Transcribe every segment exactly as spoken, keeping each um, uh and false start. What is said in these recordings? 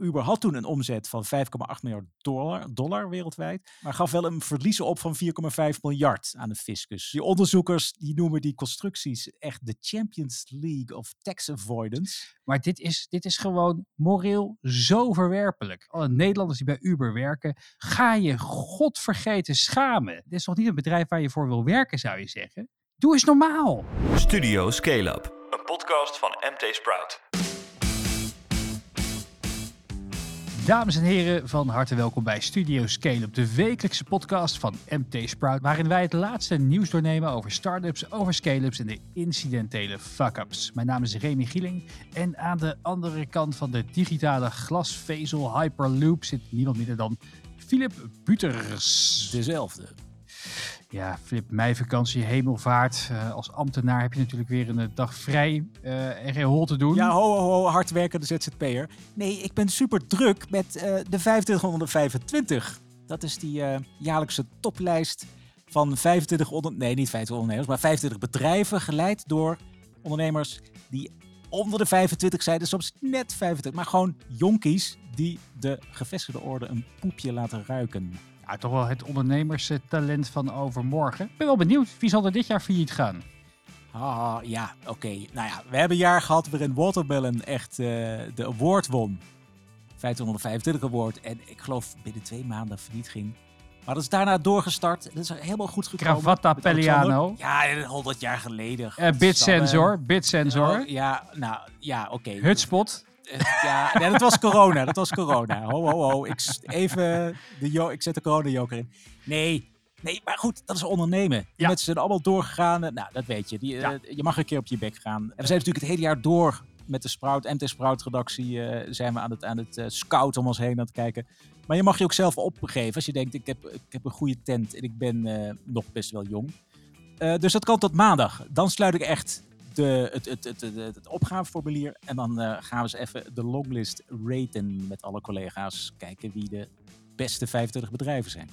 Uber had toen een omzet van vijf komma acht miljard dollar, dollar wereldwijd, maar gaf wel een verlies op van vier komma vijf miljard aan de fiscus. Die onderzoekers die noemen die constructies echt de Champions League of tax avoidance. Maar dit is, dit is gewoon moreel zo verwerpelijk. Alle Nederlanders die bij Uber werken, ga je godvergeten schamen. Dit is toch niet een bedrijf waar je voor wil werken, zou je zeggen? Doe eens normaal. Studio Scale-up, een podcast van M T Sprout. Dames en heren, van harte welkom bij Studio Scale-up, de wekelijkse podcast van M T Sprout, waarin wij het laatste nieuws doornemen over start-ups, over scale-ups en de incidentele fuck-ups. Mijn naam is Remy Gieling en aan de andere kant van de digitale glasvezel Hyperloop zit niemand minder dan Philip Buters. Dezelfde. Ja, Flip, meivakantie, hemelvaart. Uh, als ambtenaar heb je natuurlijk weer een dag vrij uh, en geen hol te doen. Ja, ho, ho, ho, hard werkende Z Z P'er. Nee, ik ben super druk met uh, de vijfentwintighonderdvijfentwintig. Dat is die uh, jaarlijkse toplijst van vijfentwintig, onder, nee, niet vijfentwintig ondernemers, maar vijfentwintig bedrijven, geleid door ondernemers die onder de vijfentwintig zijn, dus soms net vijfentwintig, maar gewoon jonkies die de gevestigde orde een poepje laten ruiken. Ja, toch wel het ondernemerstalent van overmorgen. Ik ben wel benieuwd, wie zal er dit jaar failliet gaan? Ah, ja, oké. Okay. Nou ja, we hebben een jaar gehad waarin Watermelon echt uh, de award won. vijftienhonderdvijfentwintig award. En ik geloof binnen twee maanden failliet ging. Maar dat is daarna doorgestart. Dat is helemaal goed gekomen. Cravatta Pelliano. Ja, honderd jaar geleden. Uh, Bitsensor. Bitsensor. Uh, ja, nou, ja, oké. Okay. Hutspot. Ja, nee, dat was corona. Dat was corona. Ho, ho, ho. Ik, even de jo- ik zet de corona-joker in. Nee, nee, maar goed, dat is ondernemen. Die ja. mensen zijn allemaal doorgegaan. Nou, dat weet je. Die, ja. uh, je mag een keer op je bek gaan. En we zijn natuurlijk het hele jaar door met de Sprout, M T Sprout-redactie. Uh, zijn we aan het, aan het uh, scouten om ons heen aan het kijken. Maar je mag je ook zelf opgeven als je denkt, ik heb, ik heb een goede tent en ik ben uh, nog best wel jong. Uh, dus dat kan tot maandag. Dan sluit ik echt De, het, het, het, het, het opgaveformulier. En dan uh, gaan we eens even de longlist raten met alle collega's. Kijken wie de beste vijfentwintig bedrijven zijn.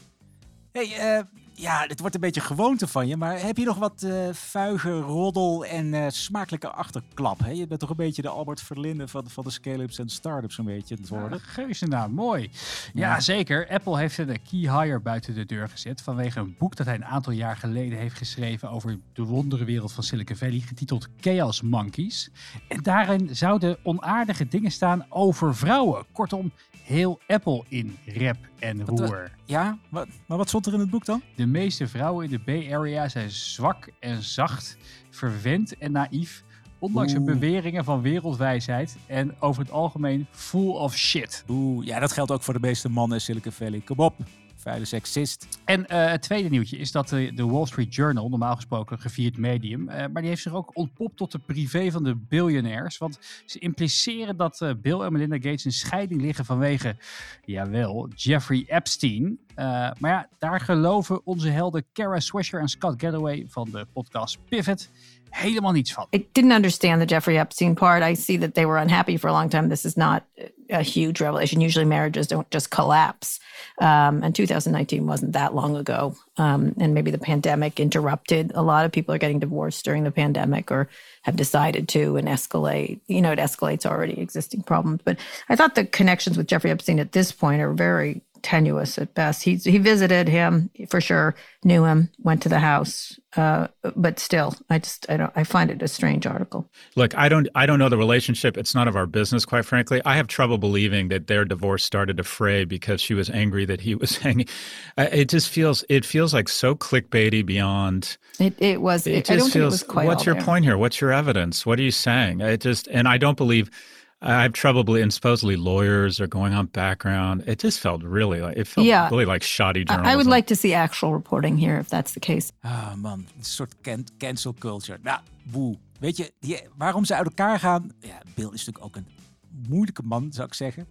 Hey, uh, ja, dit wordt een beetje gewoonte van je. Maar heb je nog wat uh, vuige roddel en uh, smakelijke achterklap? Hè? Je bent toch een beetje de Albert Verlinde van, van de scale-ups en start-ups een beetje het worden. Ja, geuzennaam, mooi. Ja, ja, zeker. Apple heeft een key hire buiten de deur gezet vanwege een boek dat hij een aantal jaar geleden heeft geschreven over de wonderenwereld van Silicon Valley, getiteld Chaos Monkeys. En daarin zouden onaardige dingen staan over vrouwen. Kortom, heel Apple in rep en roer. Wat, ja, wat, maar wat stond er in het boek dan? De meeste vrouwen in de Bay Area zijn zwak en zacht, verwend en naïef, ondanks hun beweringen van wereldwijsheid en over het algemeen full of shit. Oeh, ja, dat geldt ook voor de meeste mannen in Silicon Valley. Kom op. Vuile seksist. En uh, het tweede nieuwtje is dat de, de Wall Street Journal, normaal gesproken een gevierd medium, uh, maar die heeft zich ook ontpopt tot de privé van de biljonairs. Want ze impliceren dat uh, Bill en Melinda Gates in scheiding liggen vanwege, jawel, Jeffrey Epstein. Uh, maar ja, daar geloven onze helden Kara Swisher en Scott Galloway van de podcast Pivot helemaal niets van. I didn't understand the Jeffrey Epstein part. I see that they were unhappy for a long time. This is not a huge revelation. Usually marriages don't just collapse. Um, and two thousand nineteen wasn't that long ago. Um, and maybe the pandemic interrupted. A lot of people are getting divorced during the pandemic or have decided to and escalate. You know, it escalates already existing problems. But I thought the connections with Jeffrey Epstein at this point are very tenuous at best. He he visited him for sure, knew him, went to the house, uh, but still, I just I don't I find it a strange article. Look, I don't I don't know the relationship. It's none of our business, quite frankly. I have trouble believing that their divorce started a fray because she was angry that he was hanging. Uh, it just feels it feels like so clickbaity beyond. It it was. It, it just I don't feels. think it was quite What's your there. point here? What's your evidence? What are you saying? It just and I don't believe. I have trouble, and supposedly lawyers are going on background. It just felt really like, it felt yeah. really like shoddy journalism. I would like to see actual reporting here, if that's the case. Ah man, een soort can- cancel culture. Nou, boe. Weet je, die, waarom ze uit elkaar gaan? Ja, Bill is natuurlijk ook een moeilijke man, zou ik zeggen.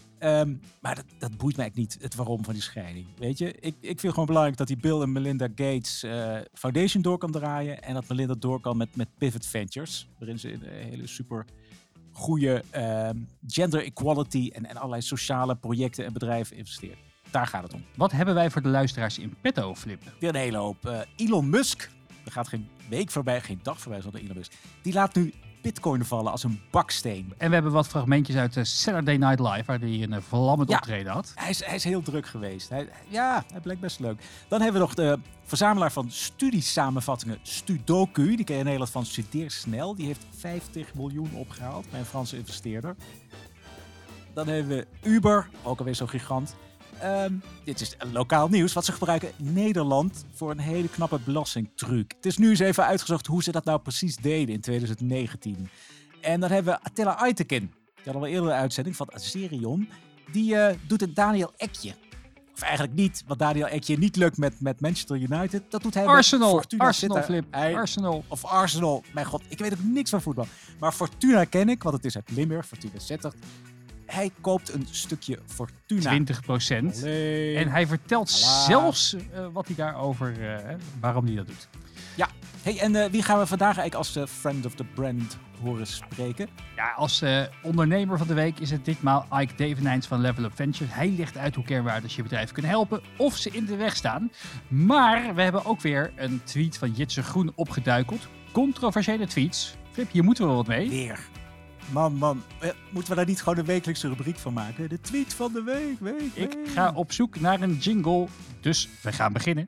Um, maar dat, dat boeit mij eigenlijk niet, het waarom van die scheiding. Weet je, ik, ik vind gewoon belangrijk dat die Bill en Melinda Gates uh, Foundation door kan draaien. En dat Melinda door kan met, met Pivot Ventures. Waarin ze in een hele super goede uh, gender equality en, en allerlei sociale projecten en bedrijven investeert. Daar gaat het om. Wat hebben wij voor de luisteraars in petto, Flip? Weer een hele hoop. Uh, Elon Musk, er gaat geen week voorbij, geen dag voorbij zonder Elon Musk. Die laat nu bitcoin vallen als een baksteen. En we hebben wat fragmentjes uit uh, Saturday Night Live, waar hij een uh, vlammend Ja, optreden had. Hij is, hij is heel druk geweest. Hij, ja, hij blijkt best leuk. Dan hebben we nog de verzamelaar van studiesamenvattingen Studoku. Die ken je in Nederland van Studeer Snel. Die heeft vijftig miljoen opgehaald bij een Franse investeerder. Dan hebben we Uber, ook alweer zo'n gigant. Um, dit is lokaal nieuws, wat ze gebruiken in Nederland voor een hele knappe belastingtruc. Het is nu eens even uitgezocht hoe ze dat nou precies deden in twintig negentien. En dan hebben we Attila Aytekin. Die hadden we eerder een uitzending van Azerion. Die uh, doet een Daniel Ekje. Of eigenlijk niet, wat Daniel Ekje niet lukt met, met Manchester United. Dat doet hij Arsenal, met Fortuna Arsenal Sittard. Flip, Hij, Arsenal. Of Arsenal, mijn god, ik weet ook niks van voetbal. Maar Fortuna ken ik, want het is uit Limburg, Fortuna Sittard. Hij koopt een stukje Fortuna. twintig procent. Allee. En hij vertelt Alla. zelfs zelfs uh, wat hij daarover, uh, waarom hij dat doet. Ja, hey, en uh, wie gaan we vandaag eigenlijk als uh, friend of the brand horen spreken? Ja, als uh, ondernemer van de week is het ditmaal Ike Devenijns van Level Up Ventures. Hij legt uit hoe kernwaardes je bedrijf kunnen helpen of ze in de weg staan. Maar we hebben ook weer een tweet van Jitse Groen opgeduikeld. Controversiële tweets. Flip, hier moeten we wat mee. Weer. Man, man, moeten we daar niet gewoon een wekelijkse rubriek van maken? De tweet van de week, week, week. Ik ga op zoek naar een jingle, dus we gaan beginnen.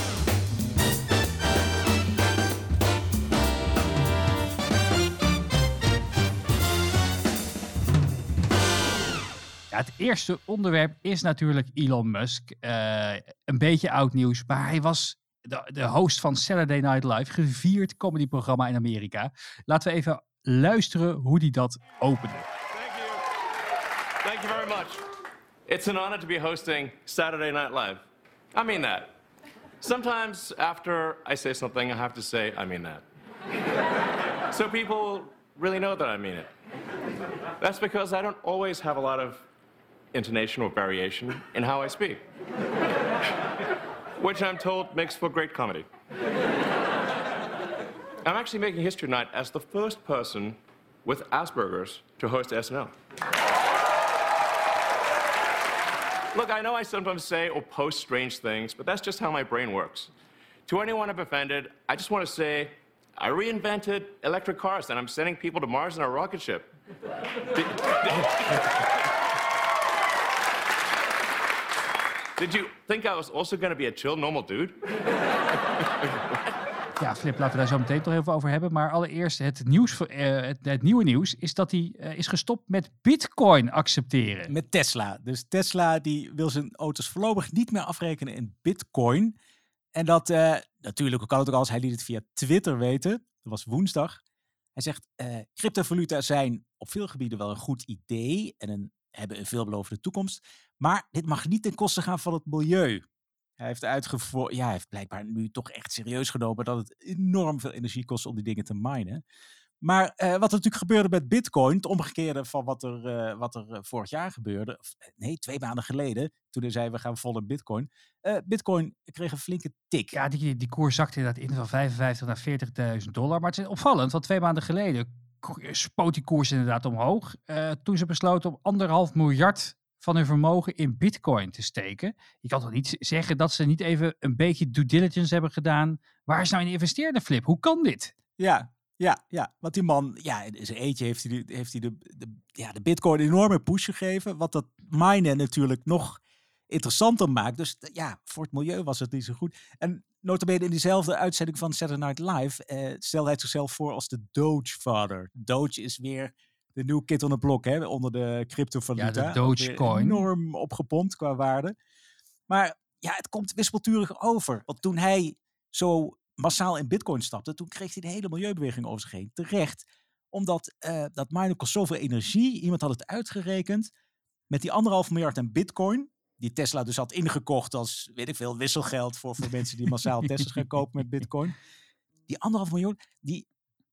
Ja, het eerste onderwerp is natuurlijk Elon Musk. Uh, een beetje oud nieuws, maar hij was de, de host van Saturday Night Live, gevierd comedyprogramma in Amerika. Laten we even luisteren hoe hij dat opende. Thank you. Thank you very much. It's an honor to be hosting Saturday Night Live. I mean that. Sometimes after I say something, I have to say, I mean that. So people really know that I mean it. That's because I don't always have a lot of intonation or variation in how I speak. Which I'm told makes for great comedy. I'm actually making history tonight as the first person with Asperger's to host S N L. Look, I know I sometimes say or post strange things, but that's just how my brain works. To anyone I've offended, I just want to say I reinvented electric cars and I'm sending people to Mars in a rocket ship. Did, did you think I was also going to be a chill, normal dude? Ja, Flip, laten we daar zo meteen toch even over hebben. Maar allereerst, het, nieuws, uh, het, het nieuwe nieuws is dat hij uh, is gestopt met Bitcoin accepteren. Met Tesla. Dus Tesla die wil zijn auto's voorlopig niet meer afrekenen in Bitcoin. En dat, uh, natuurlijk, hoe kan het ook als hij liet het via Twitter weten. Dat was woensdag. Hij zegt, uh, cryptovaluta zijn op veel gebieden wel een goed idee en een, hebben een veelbelovende toekomst. Maar dit mag niet ten koste gaan van het milieu. Hij heeft uitgevoerd, ja, hij heeft blijkbaar nu toch echt serieus genomen dat het enorm veel energie kost om die dingen te minen. Maar uh, wat er natuurlijk gebeurde met Bitcoin, het omgekeerde van wat er, uh, wat er uh, vorig jaar gebeurde, of, nee, twee maanden geleden, toen hij zei we gaan vol in Bitcoin. Uh, Bitcoin kreeg een flinke tik. Ja, die, die koers zakte inderdaad in van vijfenvijftig naar veertigduizend dollar. Maar het is opvallend, want twee maanden geleden spoot die koers inderdaad omhoog. Uh, toen ze besloten om anderhalf miljard van hun vermogen in Bitcoin te steken. Je kan toch niet zeggen dat ze niet even een beetje due diligence hebben gedaan. Waar is nou een investeerder, Flip? Hoe kan dit? Ja, ja, ja. Want die man, ja, in zijn eentje heeft hij, heeft hij de, de, ja, de Bitcoin een enorme push gegeven. Wat dat minen natuurlijk nog interessanter maakt. Dus ja, voor het milieu was het niet zo goed. En nota bene in diezelfde uitzending van Saturday Night Live uh, stelde hij zichzelf voor als de Doge-father. Doge is weer de nieuwe kid on the block, hè, onder de cryptovaluta. Ja, de Dogecoin. Enorm opgepompt qua waarde. Maar ja, het komt wispelturig over. Want toen hij zo massaal in Bitcoin stapte, toen kreeg hij de hele milieubeweging over zich heen. Terecht, omdat uh, dat minen kost zoveel energie. Iemand had het uitgerekend. Met die anderhalf miljard aan Bitcoin, die Tesla dus had ingekocht als, weet ik veel, wisselgeld voor, voor mensen die massaal Teslas gaan kopen met Bitcoin. Die anderhalf miljoen, die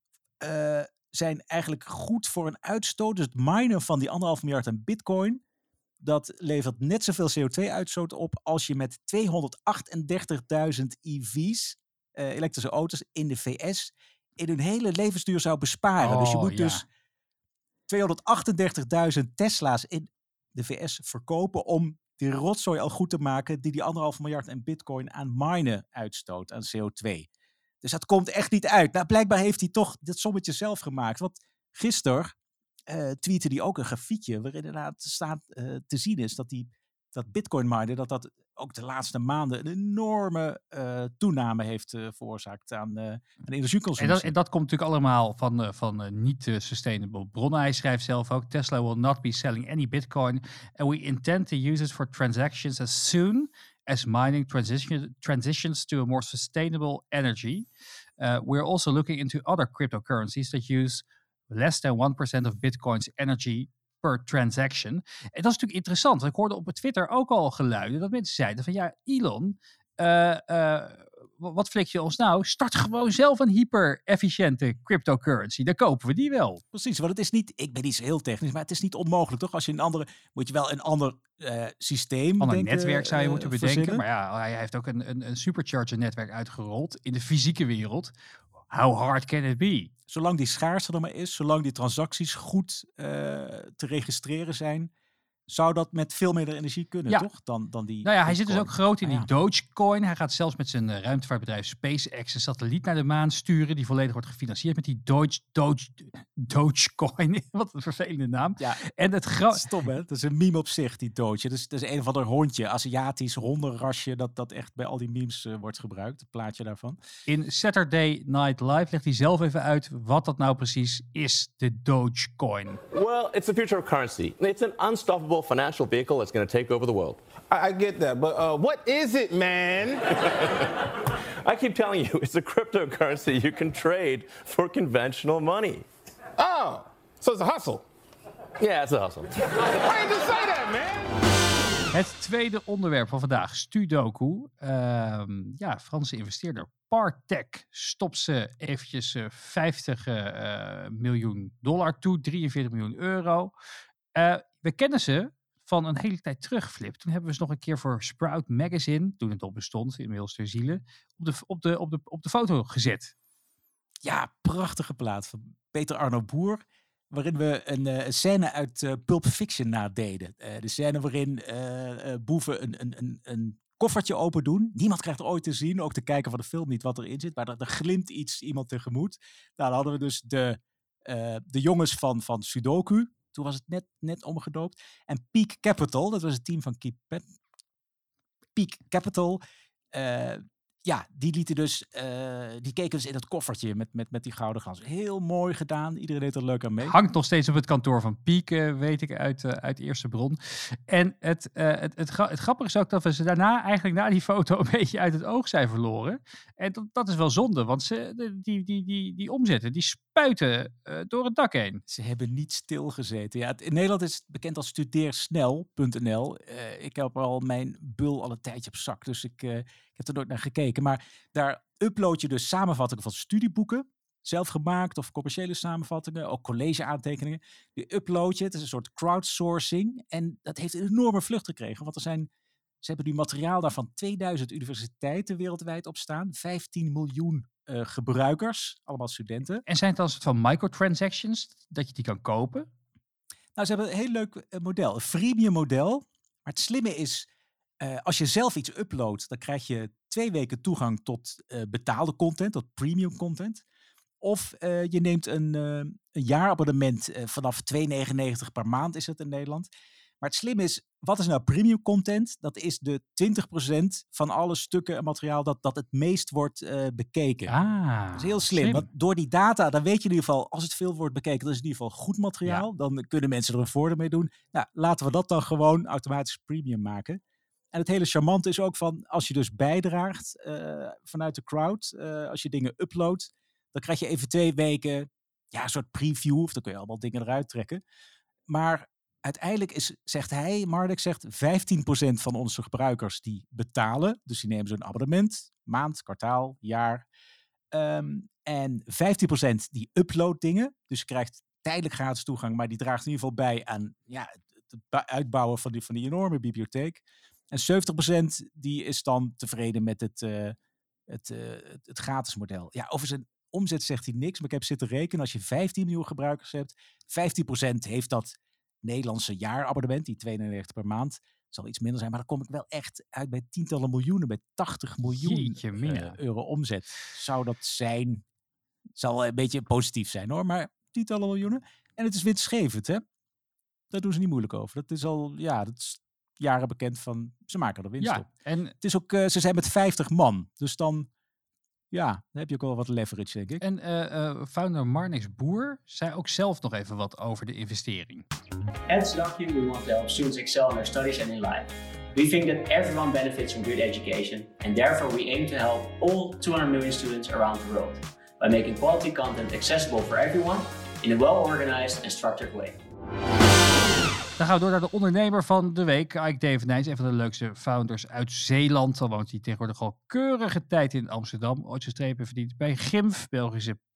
uh, zijn eigenlijk goed voor een uitstoot. Dus het minen van die anderhalf miljard aan Bitcoin, dat levert net zoveel C O twee uitstoot op als je met tweehonderdachtendertigduizend E V's, uh, elektrische auto's, in de V S in hun hele levensduur zou besparen. Oh, dus je moet ja. dus tweehonderdachtendertigduizend Tesla's in de V S verkopen om die rotzooi al goed te maken die die anderhalf miljard aan Bitcoin aan minen uitstoot, aan C O twee. Dus dat komt echt niet uit. Nou, blijkbaar heeft hij toch dit sommetje zelf gemaakt. Want gisteren uh, tweette hij ook een grafiekje waarin inderdaad staat uh, te zien is dat die dat Bitcoin miner, dat dat ook de laatste maanden een enorme uh, toename heeft uh, veroorzaakt aan, uh, aan energieconsumptie. En dat, en dat komt natuurlijk allemaal van, uh, van uh, niet-sustainable bronnen. Hij schrijft zelf ook, Tesla will not be selling any Bitcoin and we intend to use it for transactions as soon as mining transition, transitions to a more sustainable energy. Uh, we're also looking into other cryptocurrencies that use less than one percent of Bitcoin's energy per transaction. En dat is natuurlijk interessant. Ik hoorde op Twitter ook al geluiden dat mensen zeiden van ja, Elon, uh, uh, wat flik je ons nou? Start gewoon zelf een hyper-efficiënte cryptocurrency. Dan kopen we die wel. Precies, want het is niet, ik ben niet zo heel technisch, maar het is niet onmogelijk, toch? Als je een andere, moet je wel een ander uh, systeem Ander bedenken, netwerk zou je uh, moeten bedenken. verzinnen. Maar ja, hij heeft ook een, een, een supercharger netwerk uitgerold in de fysieke wereld. How hard can it be? Zolang die schaarste er maar is, zolang die transacties goed uh, te registreren zijn, zou dat met veel minder energie kunnen, ja. toch? Dan, dan die nou ja, hij Bitcoin. zit dus ook groot in ah, die ja. Dogecoin. Hij gaat zelfs met zijn uh, ruimtevaartbedrijf SpaceX een satelliet naar de maan sturen, die volledig wordt gefinancierd met die Doge, Doge, Dogecoin. Wat een vervelende naam. Ja, en het gra- stom hè? Dat is een meme op zich, die Doge. Dat is, dat is een of ander hondje, Aziatisch hondenrasje, dat, dat echt bij al die memes uh, wordt gebruikt. Het plaatje daarvan. In Saturday Night Live legt hij zelf even uit wat dat nou precies is, de Dogecoin. Well, it's the future of currency. It's an unstoppable financial vehicle that's going to take over the world. I, I get that, but uh, what is it, man? I keep telling you, it's a cryptocurrency you can trade for conventional money. Oh, so it's a hustle. Yeah, it's a hustle. Why did you say that, man? Het tweede onderwerp van vandaag, Sudoku. Uh, ja, Franse investeerder Partech stopt ze eventjes uh, vijftig uh, miljoen dollar toe, drieënveertig miljoen euro. Uh, we kennen ze van een hele tijd terug, Flip. Toen hebben we ze nog een keer voor Sprout Magazine, toen het al bestond, inmiddels ter ziele, op de, op de, op de, op de foto gezet. Ja, prachtige plaat van Peter Arno Boer, waarin we een, uh, een scène uit uh, Pulp Fiction nadeden. Uh, de scène waarin uh, uh, boeven een, een, een, een koffertje open doen. Niemand krijgt er ooit te zien, ook te kijken van de film niet wat erin zit, maar er, er glimt iets iemand tegemoet. Daar hadden we dus de, uh, de jongens van, van Sudoku. Toen was het net, net omgedoopt. En Peak Capital, dat was het team van Keep Peak Capital. Uh, ja, die lieten dus, uh, die keken dus in het koffertje met, met, met die gouden glans. Heel mooi gedaan. Iedereen deed er leuk aan mee. Hangt nog steeds op het kantoor van Peak, uh, weet ik, uit, uh, uit eerste bron. En het, uh, het, het, gra- het grappige is ook dat we ze daarna, eigenlijk na die foto, een beetje uit het oog zijn verloren. En dat, dat is wel zonde, want ze, die, die, die, die, die omzetten, die spuiten uh, door het dak heen. Ze hebben niet stilgezeten. Ja, het, in Nederland is het bekend als studeersnel punt n l. Uh, ik heb al mijn bul al een tijdje op zak, dus ik, uh, ik heb er nooit naar gekeken. Maar daar upload je dus samenvattingen van studieboeken, zelf gemaakt of commerciële samenvattingen, ook college-aantekeningen. Die upload je, het is een soort crowdsourcing. En dat heeft een enorme vlucht gekregen, want er zijn, ze hebben nu materiaal daar van tweeduizend universiteiten wereldwijd op staan. vijftien miljoen uh, gebruikers, allemaal studenten. En zijn het dan een soort van microtransactions, dat je die kan kopen? Nou, ze hebben een heel leuk uh, model, een freemium model. Maar het slimme is, uh, als je zelf iets uploadt, dan krijg je twee weken toegang tot uh, betaalde content, tot premium content. Of uh, je neemt een, uh, een jaarabonnement uh, vanaf twee negenennegentig per maand is het in Nederland. Maar het slim is, wat is nou premium content? Dat is de twintig procent van alle stukken en materiaal dat, dat het meest wordt uh, bekeken. Ah, dat is heel slim, slim. want door die data, dan weet je in ieder geval, als het veel wordt bekeken, dan is het in ieder geval goed materiaal. Ja. Dan kunnen mensen er een voordeel mee doen. Nou, laten we dat dan gewoon automatisch premium maken. En het hele charmante is ook van, als je dus bijdraagt uh, vanuit de crowd, uh, als je dingen uploadt, dan krijg je even twee weken, ja, een soort preview, of dan kun je allemaal dingen eruit trekken. Maar uiteindelijk is, zegt hij, Marduk zegt, vijftien procent van onze gebruikers die betalen. Dus die nemen zo'n abonnement, maand, kwartaal, jaar. Um, en vijftien procent die upload dingen. Dus je krijgt tijdelijk gratis toegang, maar die draagt in ieder geval bij aan ja, het uitbouwen van die, van die enorme bibliotheek. En zeventig procent die is dan tevreden met het, uh, het, uh, het, het gratis model. Ja, over zijn omzet zegt hij niks, maar ik heb zitten rekenen. Als je vijftien miljoen gebruikers hebt, vijftien procent heeft dat Nederlandse jaarabonnement, die twee negenennegentig per maand. Zal iets minder zijn, maar dan kom ik wel echt uit bij tientallen miljoenen, bij tachtig miljoen uh, euro omzet. Zou dat zijn, zal een beetje positief zijn hoor, maar tientallen miljoenen. En het is winstgevend, hè? Daar doen ze niet moeilijk over. Dat is al, ja, dat is jaren bekend van, ze maken er winst Ja, op. en Het is ook, uh, ze zijn met vijftig man. Dus dan, ja, dan heb je ook wel wat leverage, denk ik. En uh, uh, founder Marnix Boer zei ook zelf nog even wat over de investering. At Sedakje, we want to help students excel in their studies and in life. We think that everyone benefits from good education, and therefore we aim to help all two hundred million students around the world by making quality content accessible for everyone in a well-organized and structured way. Dan gaan we door naar de ondernemer van de week, Ike Devenijns, een van de leukste founders uit Zeeland. Al woont hij tegenwoordig al keurige tijd in Amsterdam. Ooit zijn strepen verdiend bij G I M F, Belgische P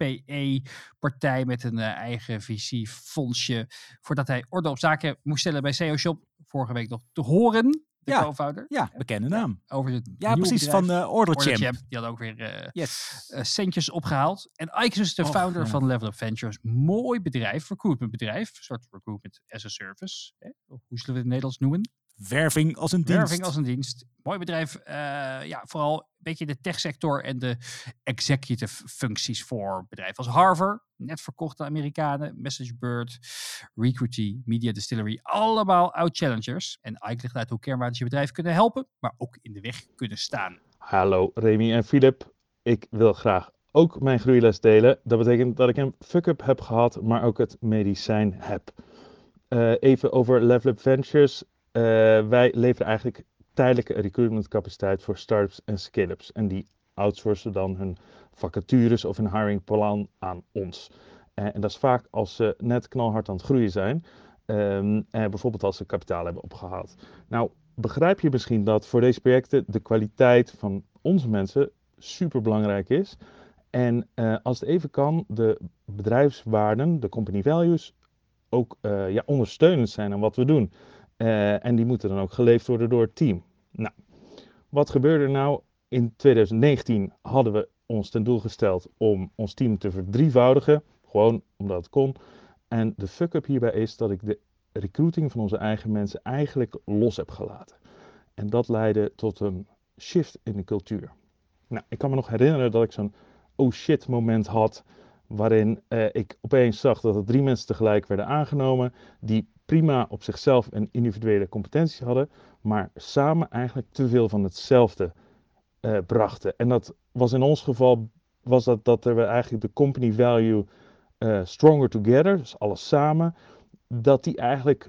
E-partij met een uh, eigen V C-fondsje. Voordat hij orde op zaken moest stellen bij S E O Shop. Vorige week nog te horen, de ja, co-founder. Ja, bekende naam. Ja, over het ja, precies, bedrijf. van uh, Order Champ. Order Champ. Die had ook weer uh, yes. uh, centjes opgehaald. En Ike is dus de Och, founder ja. van Level Up Ventures. Mooi bedrijf, recruitmentbedrijf. Een soort recruitment as a service. Hè? Hoe zullen we het in het Nederlands noemen? Werving als een dienst. Werving als een dienst. Mooi bedrijf. Uh, ja, vooral een beetje de techsector en de executive functies voor bedrijven als Harvard. Net verkocht aan Amerikanen. MessageBird, Recruity, Media Distillery. Allemaal oud-challengers. En Ike legt uit hoe kernwaardes je bedrijf kunnen helpen, maar ook in de weg kunnen staan. Hallo Remy en Philip. Ik wil graag ook mijn groeiles delen. Dat betekent dat ik een fuck-up heb gehad, maar ook het medicijn heb. Uh, even over Level Up Ventures. Uh, wij leveren eigenlijk tijdelijke recruitmentcapaciteit voor startups en scale-ups. En die outsourcen dan hun vacatures of hun hiringplan aan ons. Uh, en dat is vaak als ze net knalhard aan het groeien zijn. Um, uh, bijvoorbeeld als ze kapitaal hebben opgehaald. Nou, begrijp je misschien dat voor deze projecten de kwaliteit van onze mensen super belangrijk is. En uh, als het even kan, de bedrijfswaarden, de company values, ook uh, ja, ondersteunend zijn aan wat we doen. Uh, en die moeten dan ook geleefd worden door het team. Nou, wat gebeurde er nou? In twintig negentien hadden we ons ten doel gesteld om ons team te verdrievoudigen. Gewoon omdat het kon. En de fuck-up hierbij is dat ik de recruiting van onze eigen mensen eigenlijk los heb gelaten. En dat leidde tot een shift in de cultuur. Nou, ik kan me nog herinneren dat ik zo'n oh shit moment had, waarin uh, ik opeens zag dat er drie mensen tegelijk werden aangenomen, die prima op zichzelf een individuele competentie hadden, maar samen eigenlijk te veel van hetzelfde uh, brachten. En dat was in ons geval, was dat, dat er eigenlijk de company value uh, stronger together, dus alles samen, dat die eigenlijk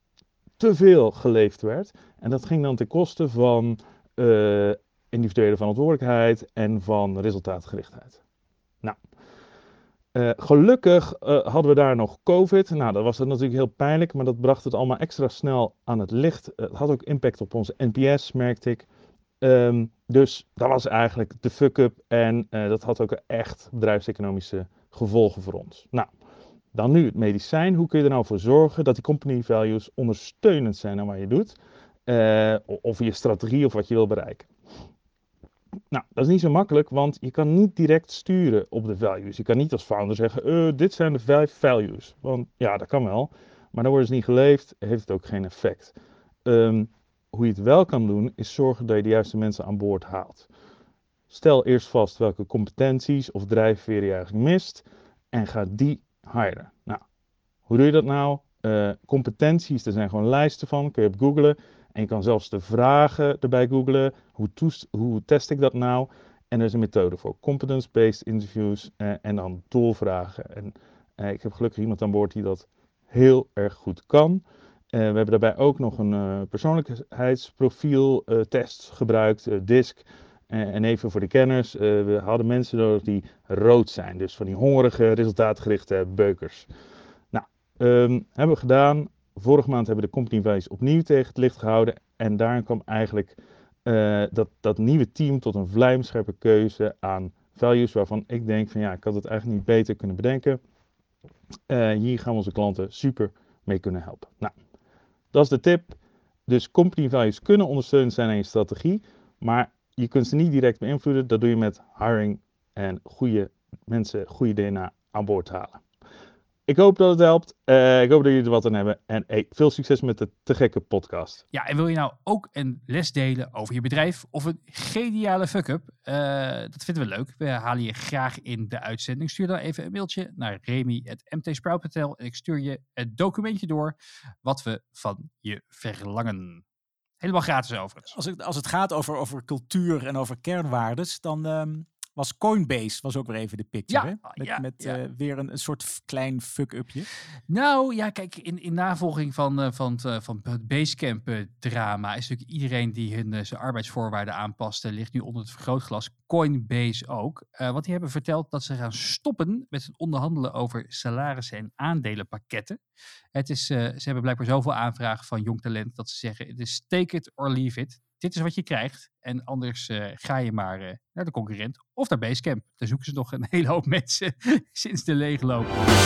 te veel geleefd werd. En dat ging dan ten koste van uh, individuele verantwoordelijkheid en van resultaatgerichtheid. Nou, uh, gelukkig uh, hadden we daar nog COVID. Nou, dat was dat natuurlijk heel pijnlijk, maar dat bracht het allemaal extra snel aan het licht. Uh, het had ook impact op onze N P S, merkte ik. Um, dus dat was eigenlijk de fuck-up en uh, dat had ook echt bedrijfseconomische gevolgen voor ons. Nou, dan nu het medicijn. Hoe kun je er nou voor zorgen dat die company values ondersteunend zijn aan wat je doet? Uh, of je strategie of wat je wil bereiken. Nou, dat is niet zo makkelijk, want je kan niet direct sturen op de values. Je kan niet als founder zeggen, uh, dit zijn de vijf values. Want ja, dat kan wel, maar dan worden ze niet geleefd, heeft het ook geen effect. Um, hoe je het wel kan doen, is zorgen dat je de juiste mensen aan boord haalt. Stel eerst vast welke competenties of drijfveren je eigenlijk mist en ga die hiren. Nou, hoe doe je dat nou? Uh, competenties, er zijn gewoon lijsten van, kun je op googlen. En je kan zelfs de vragen erbij googlen. Hoe, toest, hoe test ik dat nou? En er is een methode voor. Competence-based interviews uh, en dan doelvragen. En uh, ik heb gelukkig iemand aan boord die dat heel erg goed kan. Uh, we hebben daarbij ook nog een uh, persoonlijkheidsprofiel uh, test gebruikt, uh, D I S C. Uh, en even voor de kenners, uh, we hadden mensen nodig die rood zijn. Dus van die hongerige, resultaatgerichte beukers. Nou, um, hebben we gedaan. Vorige maand hebben we de company values opnieuw tegen het licht gehouden. En daarin kwam eigenlijk uh, dat, dat nieuwe team tot een vlijmscherpe keuze aan values. Waarvan ik denk van ja, ik had het eigenlijk niet beter kunnen bedenken. Uh, hier gaan we onze klanten super mee kunnen helpen. Nou, dat is de tip. Dus company values kunnen ondersteunend zijn aan je strategie. Maar je kunt ze niet direct beïnvloeden. Dat doe je met hiring en goede mensen, goede D N A aan boord halen. Ik hoop dat het helpt. Uh, ik hoop dat jullie er wat aan hebben. En hey, veel succes met de Te Gekke podcast. Ja, en wil je nou ook een les delen over je bedrijf of een geniale fuck-up? Uh, dat vinden we leuk. We halen je graag in de uitzending. Stuur dan even een mailtje naar remy at m t sprout punt n l en ik stuur je het documentje door wat we van je verlangen. Helemaal gratis overigens. Als het, als het gaat over, over cultuur en over kernwaardes, dan um, was Coinbase was ook weer even de picture. Ja, hè? Met, ja, met ja. Uh, weer een, een soort klein fuck-upje. Nou ja, kijk, in, in navolging van, uh, van, uh, van het Basecamp uh, drama is natuurlijk iedereen die hun uh, zijn arbeidsvoorwaarden aanpast, uh, ligt nu onder het vergrootglas. Coinbase ook. Uh, want die hebben verteld dat ze gaan stoppen met het onderhandelen over salarissen en aandelenpakketten. Het is, uh, ze hebben blijkbaar zoveel aanvragen van jong talent dat ze zeggen, het is take it or leave it. Dit is wat je krijgt en anders uh, ga je maar uh, naar de concurrent of naar Basecamp. Daar zoeken ze nog een hele hoop mensen sinds de leegloop.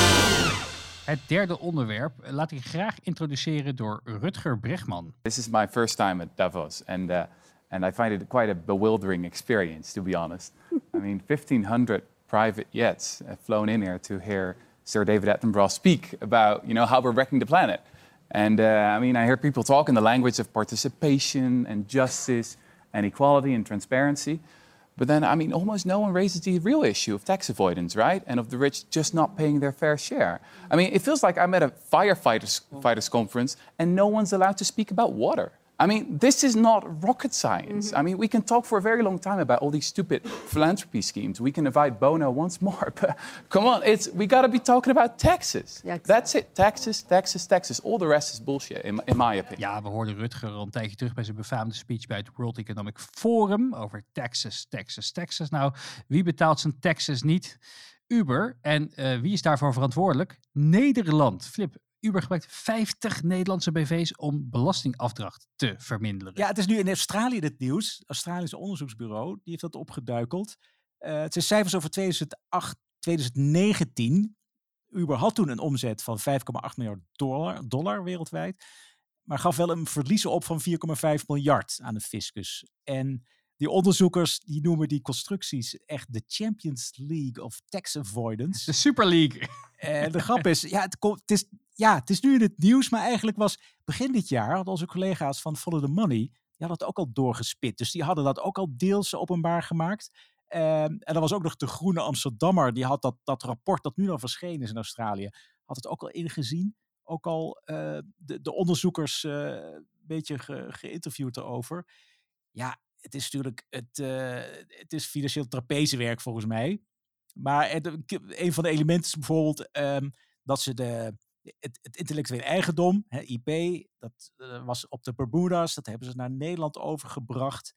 Het derde onderwerp laat ik graag introduceren door Rutger Bregman. This is my first time at Davos and uh, and I find it quite a bewildering experience, to be honest. I mean, fifteen hundred private jets have flown in here to hear Sir David Attenborough speak about, you know, how we're wrecking the planet. And uh, I mean, I hear people talk in the language of participation and justice and equality and transparency. But then, I mean, almost no one raises the real issue of tax avoidance, right? And of the rich just not paying their fair share. I mean, it feels like I'm at a firefighters fighters conference and no one's allowed to speak about water. I mean, this is not rocket science. Mm-hmm. I mean, we can talk for a very long time about all these stupid philanthropy schemes. We can invite Bono once more, but come on, it's we got to be talking about taxes. Yeah, exactly. That's it. Taxes, taxes, taxes. All the rest is bullshit, in, in my opinion. Ja, we hoorden Rutger al een tijdje terug bij zijn befaamde speech bij het World Economic Forum over taxes, taxes, taxes. Nou, wie betaalt zijn taxes niet? Uber. En uh, wie is daarvoor verantwoordelijk? Nederland. Flip. Uber gebruikt vijftig Nederlandse B V's om belastingafdracht te verminderen. Ja, het is nu in Australië het nieuws. Australisch onderzoeksbureau, die heeft dat opgeduikeld. Uh, het zijn cijfers over tweeduizend acht, tweeduizend negentien. Uber had toen een omzet van vijf komma acht miljard dollar, dollar wereldwijd. Maar gaf wel een verlies op van vier komma vijf miljard aan de fiscus. En die onderzoekers die noemen die constructies echt de Champions League of Tax Avoidance. De Super League. En de grap is, ja het, het is, ja, het is nu in het nieuws, maar eigenlijk was begin dit jaar, hadden onze collega's van Follow the Money, die hadden het ook al doorgespit. Dus die hadden dat ook al deels openbaar gemaakt. Um, en dan was ook nog de Groene Amsterdammer, die had dat, dat rapport dat nu al verschenen is in Australië, had het ook al ingezien. Ook al uh, de, de onderzoekers uh, een beetje ge, geïnterviewd erover. Ja, het is natuurlijk, het, uh, het is financieel trapezewerk volgens mij. Maar het, een van de elementen is bijvoorbeeld um, dat ze de, het, het intellectuele eigendom, hè, I P, dat uh, was op de Bermuda's, dat hebben ze naar Nederland overgebracht.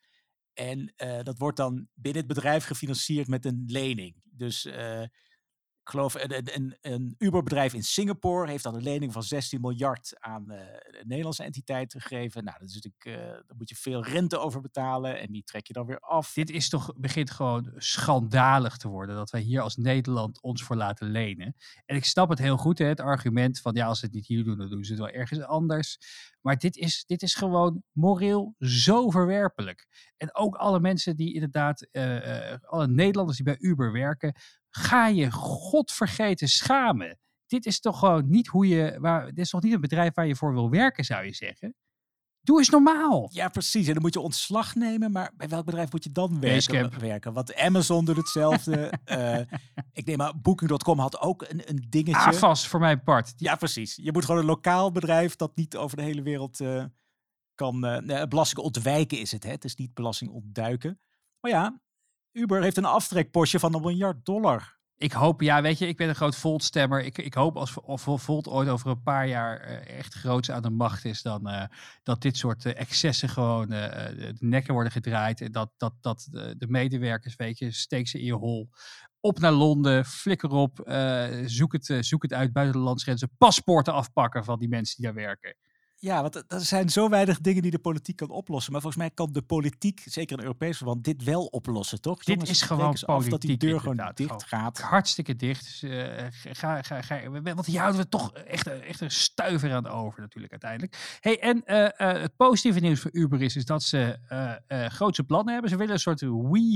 En uh, dat wordt dan binnen het bedrijf gefinancierd met een lening. Dus uh, ik geloof, een, een, een Uber-bedrijf in Singapore heeft dan een lening van zestien miljard aan uh, een Nederlandse entiteit gegeven. Nou, dat is natuurlijk, uh, daar moet je veel rente over betalen en die trek je dan weer af. Dit is toch, begint gewoon schandalig te worden, dat wij hier als Nederland ons voor laten lenen. En ik snap het heel goed, hè, het argument van ja, als ze het niet hier doen, dan doen ze het wel ergens anders. Maar dit is, dit is gewoon moreel zo verwerpelijk. En ook alle mensen die inderdaad, uh, uh, alle Nederlanders die bij Uber werken, ga je godvergeten schamen. Dit is toch gewoon niet hoe je, waar, dit is toch niet een bedrijf waar je voor wil werken, zou je zeggen? Doe eens normaal. Ja, precies. En dan moet je ontslag nemen, maar bij welk bedrijf moet je dan werken? werken? Want Amazon doet hetzelfde. uh, ik neem maar, Booking punt com had ook een, een dingetje. Ah, vast voor mijn part. Ja, precies. Je moet gewoon een lokaal bedrijf dat niet over de hele wereld uh, kan... Uh, nee, belasting ontwijken is het, hè? Het is niet belasting ontduiken. Maar ja, Uber heeft een aftrekpostje van een miljard dollar. Ik hoop, ja, weet je, ik ben een groot Volt-stemmer. Ik, ik hoop als of Volt ooit over een paar jaar uh, echt groots aan de macht is, dan uh, dat dit soort uh, excessen gewoon uh, de nekken worden gedraaid. En dat, dat, dat uh, de medewerkers, weet je, steek ze in je hol. Op naar Londen, flikker op, uh, zoek, het, uh, zoek het uit buiten de landsgrenzen. Paspoorten afpakken van die mensen die daar werken. Ja, want er zijn zo weinig dingen die de politiek kan oplossen. Maar volgens mij kan de politiek, zeker in Europees verband, dit wel oplossen, toch? Dit Jongens, is gewoon politiek. Af dat die deur gewoon dicht gewoon gaat. Hartstikke dicht. Uh, ga, ga, ga, want hier houden we toch echt, echt een stuiver aan over natuurlijk uiteindelijk. Hey, en uh, uh, het positieve nieuws voor Uber is, is dat ze uh, uh, grootse plannen hebben. Ze willen een soort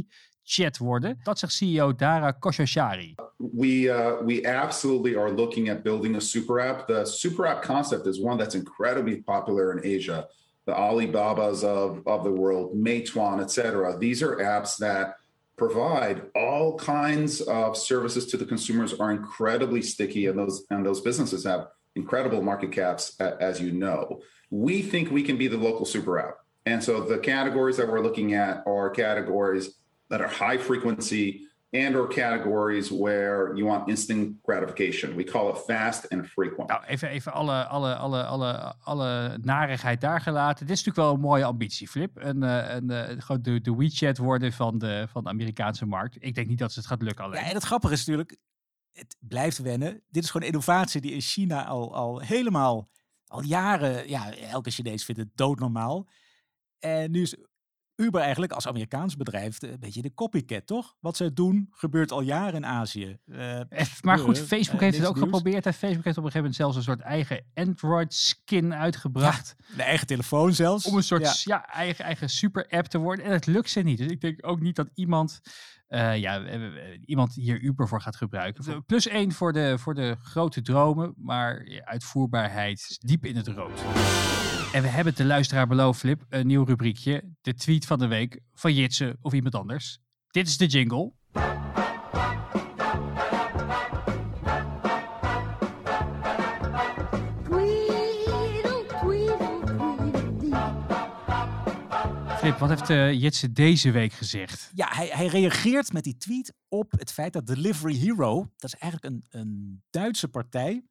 WeChat worden. Dat zegt C E O Dara Khosrowshahi. We uh, we absolutely are looking at building a super app. The super app concept is one that's incredibly popular in Asia. The Alibabas of, of the world, Meituan, et cetera. These are apps that provide all kinds of services to the consumers, are incredibly sticky, and those and those businesses have incredible market caps, as you know. We think we can be the local super app. And so the categories that we're looking at are categories that are high frequency and or categories where you want instant gratification. We call it fast and frequent. Nou, even, even alle, alle, alle, alle, alle narigheid daar gelaten. Dit is natuurlijk wel een mooie ambitie, Flip. Een, een, een, gewoon de, de WeChat worden van de, van de Amerikaanse markt. Ik denk niet dat het gaat lukken alleen. Ja, en het grappige is natuurlijk, het blijft wennen. Dit is gewoon een innovatie die in China al, al helemaal, al jaren, ja, elke Chinees vindt het doodnormaal. En nu is Uber eigenlijk als Amerikaans bedrijf een beetje de copycat, toch? Wat ze doen, gebeurt al jaren in Azië. Uh, maar goed, Facebook uh, heeft het ook nieuws. geprobeerd. En Facebook heeft op een gegeven moment zelfs een soort eigen Android-skin uitgebracht. Ja, de eigen telefoon zelfs. Om een soort ja. Ja, eigen, eigen super-app te worden. En het lukt ze niet. Dus ik denk ook niet dat iemand, uh, ja, iemand hier Uber voor gaat gebruiken. Plus één voor de, voor de grote dromen, maar ja, uitvoerbaarheid diep in het rood. En we hebben het de luisteraar beloofd, Flip. Een nieuw rubriekje. De tweet van de week van Jitse of iemand anders. Dit is de jingle. Flip, wat heeft uh, Jitse deze week gezegd? Ja, hij, hij reageert met die tweet op het feit dat Delivery Hero, dat is eigenlijk een, een Duitse partij,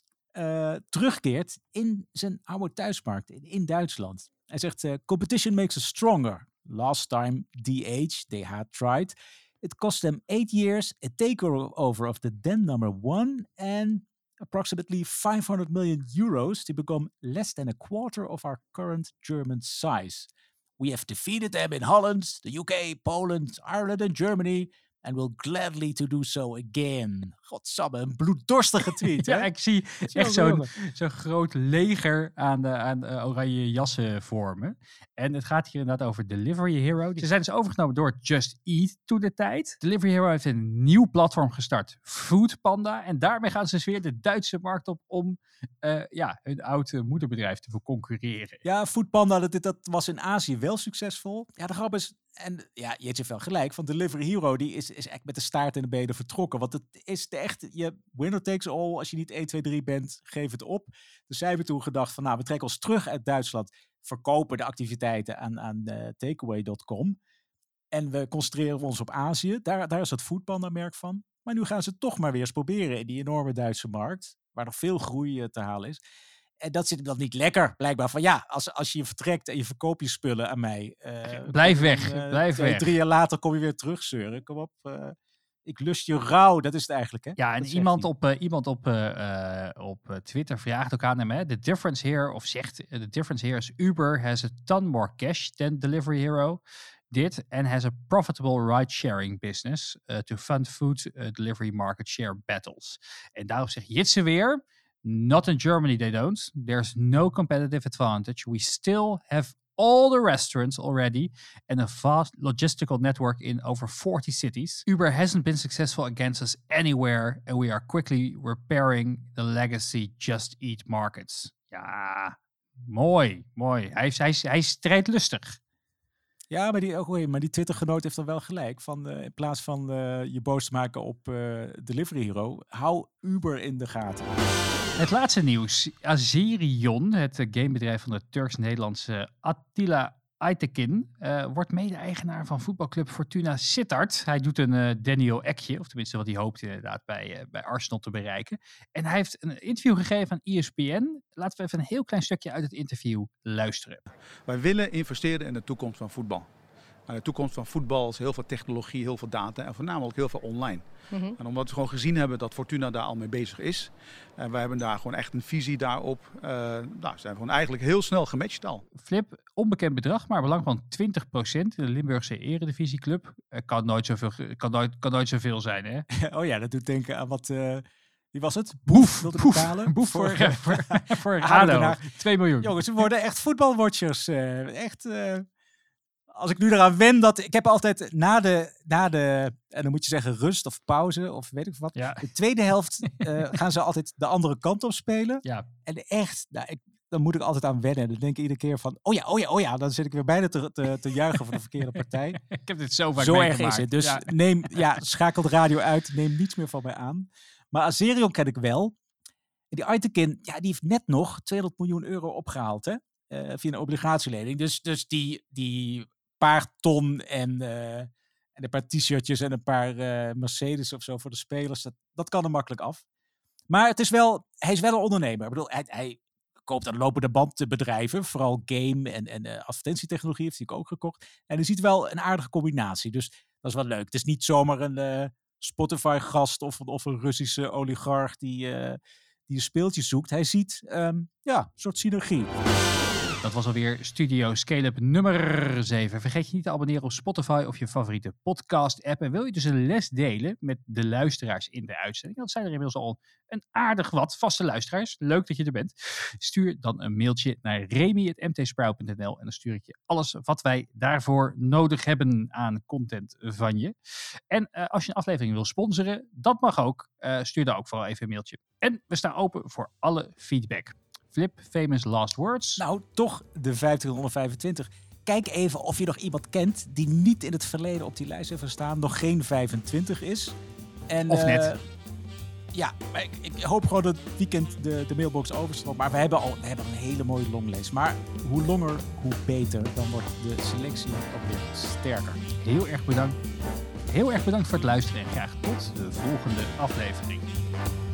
Uh, terugkeert in zijn oude thuismarkt in, in Duitsland. Hij zegt, uh, competition makes us stronger. Last time D H, they had tried. It cost them eight years, a takeover of the then number one, and approximately five hundred million euros to become less than a quarter of our current German size. We have defeated them in Holland, the U K, Poland, Ireland and Germany, and will gladly to do so again. Godsamme, een bloeddorstige tweet. Ja, hè? ik zie echt zo'n zo'n groot leger aan, de, aan uh, oranje jassen vormen. En het gaat hier inderdaad over Delivery Hero. Ze zijn dus overgenomen door Just Eat toen de tijd. Delivery Hero heeft een nieuw platform gestart, Foodpanda. En daarmee gaan ze dus weer de Duitse markt op om uh, ja, hun oude moederbedrijf te concurreren. Ja, Foodpanda, dat, dat was in Azië wel succesvol. Ja, de grap is, en ja, je hebt je wel gelijk, van Delivery Hero, die is, is echt met de staart in de benen vertrokken. Want het is de echt, je winner takes all. Als je niet één, twee, drie bent, geef het op. Dus zij hebben toen gedacht van, nou, we trekken ons terug uit Duitsland, verkopen de activiteiten aan, aan uh, takeaway punt com. En we concentreren ons op Azië. Daar, daar is het Foodpanda-merk van. Maar nu gaan ze toch maar weer eens proberen in die enorme Duitse markt, waar nog veel groei uh, te halen is. En dat zit hem dan niet lekker, blijkbaar. Van ja, als, als je vertrekt en je verkoopt je spullen aan mij. Uh, blijf weg, dan, uh, blijf twee, weg. Drie jaar later kom je weer terug zeuren. Kom op, uh, ik lust je rauw. Dat is het eigenlijk, hè? Ja, en dat iemand op, uh, iemand op, uh, uh, op Twitter vraagt ook aan hem, hè, the difference here, of zegt, uh, the difference here is Uber has a ton more cash than Delivery Hero did and has a profitable ride-sharing business uh, to fund food uh, delivery market share battles. En daarop zegt Jitse weer, not in Germany they don't. There's no competitive advantage. We still have all the restaurants already and a vast logistical network in over forty cities. Uber hasn't been successful against us anywhere and we are quickly repairing the legacy Just Eat markets. Ja, mooi, mooi. Hij is, hij is, hij is strijdlustig. Ja, maar die, oh, maar die Twitter-genoot heeft dan wel gelijk. Van, uh, in plaats van uh, je boos te maken op uh, Delivery Hero, hou Uber in de gaten. Het laatste nieuws. Azerion, het uh, gamebedrijf van de Turks-Nederlandse Attila Aytekin, uh, wordt mede-eigenaar van voetbalclub Fortuna Sittard. Hij doet een uh, Daniel Ekje, of tenminste wat hij hoopt inderdaad bij, uh, bij Arsenal te bereiken. En hij heeft een interview gegeven aan E S P N. Laten we even een heel klein stukje uit het interview luisteren. Wij willen investeren in de toekomst van voetbal. Maar de toekomst van voetbal is heel veel technologie, heel veel data en voornamelijk heel veel online. Mm-hmm. En omdat we gewoon gezien hebben dat Fortuna daar al mee bezig is. En wij hebben daar gewoon echt een visie daarop. Uh, nou, zijn we gewoon eigenlijk heel snel gematcht al. Flip, onbekend bedrag, maar belang van twintig procent in de Limburgse Eredivisieclub. Uh, kan, nooit zoveel, kan, nooit, kan nooit zoveel zijn, hè? Oh ja, dat doet denken aan wat... Uh... Wie was het? Boef. Wilde Boef. betalen? Boef voor, voor, voor, voor ADO. twee miljoen. Jongens, we worden echt voetbalwatchers. Uh, echt... Uh... Als ik nu eraan wen dat... Ik heb altijd na de, na de... En dan moet je zeggen rust of pauze of weet ik wat. Ja. De tweede helft uh, gaan ze altijd de andere kant op spelen. Ja. En echt, nou, ik, dan moet ik altijd aan wennen. Dan denk ik iedere keer van... Oh ja, oh ja, oh ja. Dan zit ik weer bijna te, te, te juichen voor de verkeerde partij. Ik heb dit zo vaak Zo erg meegemaakt. is het. Dus ja. neem, ja, schakel de radio uit. Neem niets meer van mij aan. Maar Azerion ken ik wel. En die Aytekin, ja, die heeft net nog tweehonderd miljoen euro opgehaald, hè? Uh, via een obligatielening. Dus, dus die, die paar ton en, uh, en een paar t-shirtjes en een paar uh, Mercedes of zo voor de spelers, dat, dat kan er makkelijk af. Maar het is wel, hij is wel een ondernemer. Ik bedoel, hij, hij koopt aan lopende band bedrijven, vooral game en, en uh, advertentietechnologie heeft hij ook gekocht. En je ziet wel een aardige combinatie, dus dat is wel leuk. Het is niet zomaar een uh, Spotify-gast of, of een Russische oligarch die, uh, die een speeltje zoekt. Hij ziet um, ja, een soort synergie. Dat was alweer Studio Scale-up nummer zeven. Vergeet je niet te abonneren op Spotify of je favoriete podcast-app. En wil je dus een les delen met de luisteraars in de uitzending? Dat zijn er inmiddels al een aardig wat vaste luisteraars. Leuk dat je er bent. Stuur dan een mailtje naar remy at m t sprout punt n l en dan stuur ik je alles wat wij daarvoor nodig hebben aan content van je. En uh, als je een aflevering wil sponsoren, dat mag ook. Uh, stuur dan ook vooral even een mailtje. En we staan open voor alle feedback. Flip, famous last words. Nou, toch de vijftienhonderdvijfentwintig. Kijk even of je nog iemand kent die niet in het verleden op die lijst heeft gestaan. Nog geen vijfentwintig is. En, of net. Uh, ja, maar ik, ik hoop gewoon dat het weekend de, de mailbox overstroomt. Maar we hebben al we hebben een hele mooie longlist. Maar hoe langer, hoe beter. Dan wordt de selectie ook weer sterker. Heel erg bedankt. Heel erg bedankt voor het luisteren en graag tot de volgende aflevering.